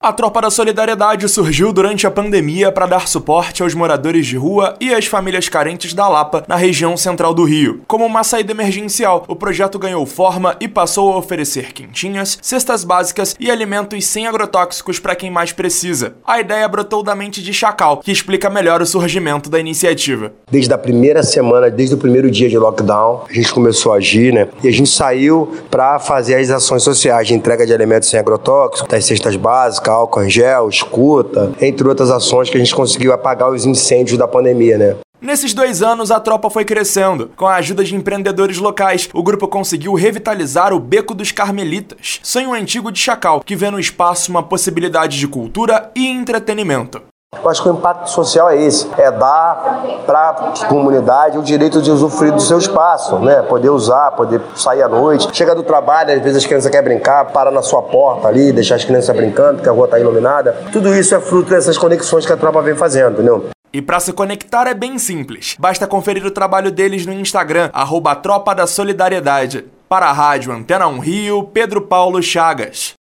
A Tropa da Solidariedade surgiu durante a pandemia para dar suporte aos moradores de rua e às famílias carentes da Lapa, na região central do Rio. Como uma saída emergencial, o projeto ganhou forma e passou a oferecer quentinhas, cestas básicas e alimentos sem agrotóxicos para quem mais precisa. A ideia brotou da mente de Chacal, que explica melhor o surgimento da iniciativa. Desde a primeira semana, desde o primeiro dia de lockdown, a gente começou a agir, E a gente saiu para fazer as ações sociais de entrega de alimentos sem agrotóxicos, das cestas básicas, álcool em gel, escuta, entre outras ações que a gente conseguiu apagar os incêndios da pandemia, Nesses 2 anos, a tropa foi crescendo. Com a ajuda de empreendedores locais, o grupo conseguiu revitalizar o Beco dos Carmelitas, sonho antigo de Chacal, que vê no espaço uma possibilidade de cultura e entretenimento. Eu acho que o impacto social é esse, é dar para a comunidade o direito de usufruir do seu espaço, Poder usar, poder sair à noite. Chega do trabalho, às vezes as crianças querem brincar, para na sua porta ali, deixar as crianças brincando, porque a rua está iluminada. Tudo isso é fruto dessas conexões que a tropa vem fazendo, entendeu? E para se conectar é bem simples. Basta conferir o trabalho deles no Instagram, @Tropa da Solidariedade. Para a Rádio Antena 1 Rio, Pedro Paulo Chagas.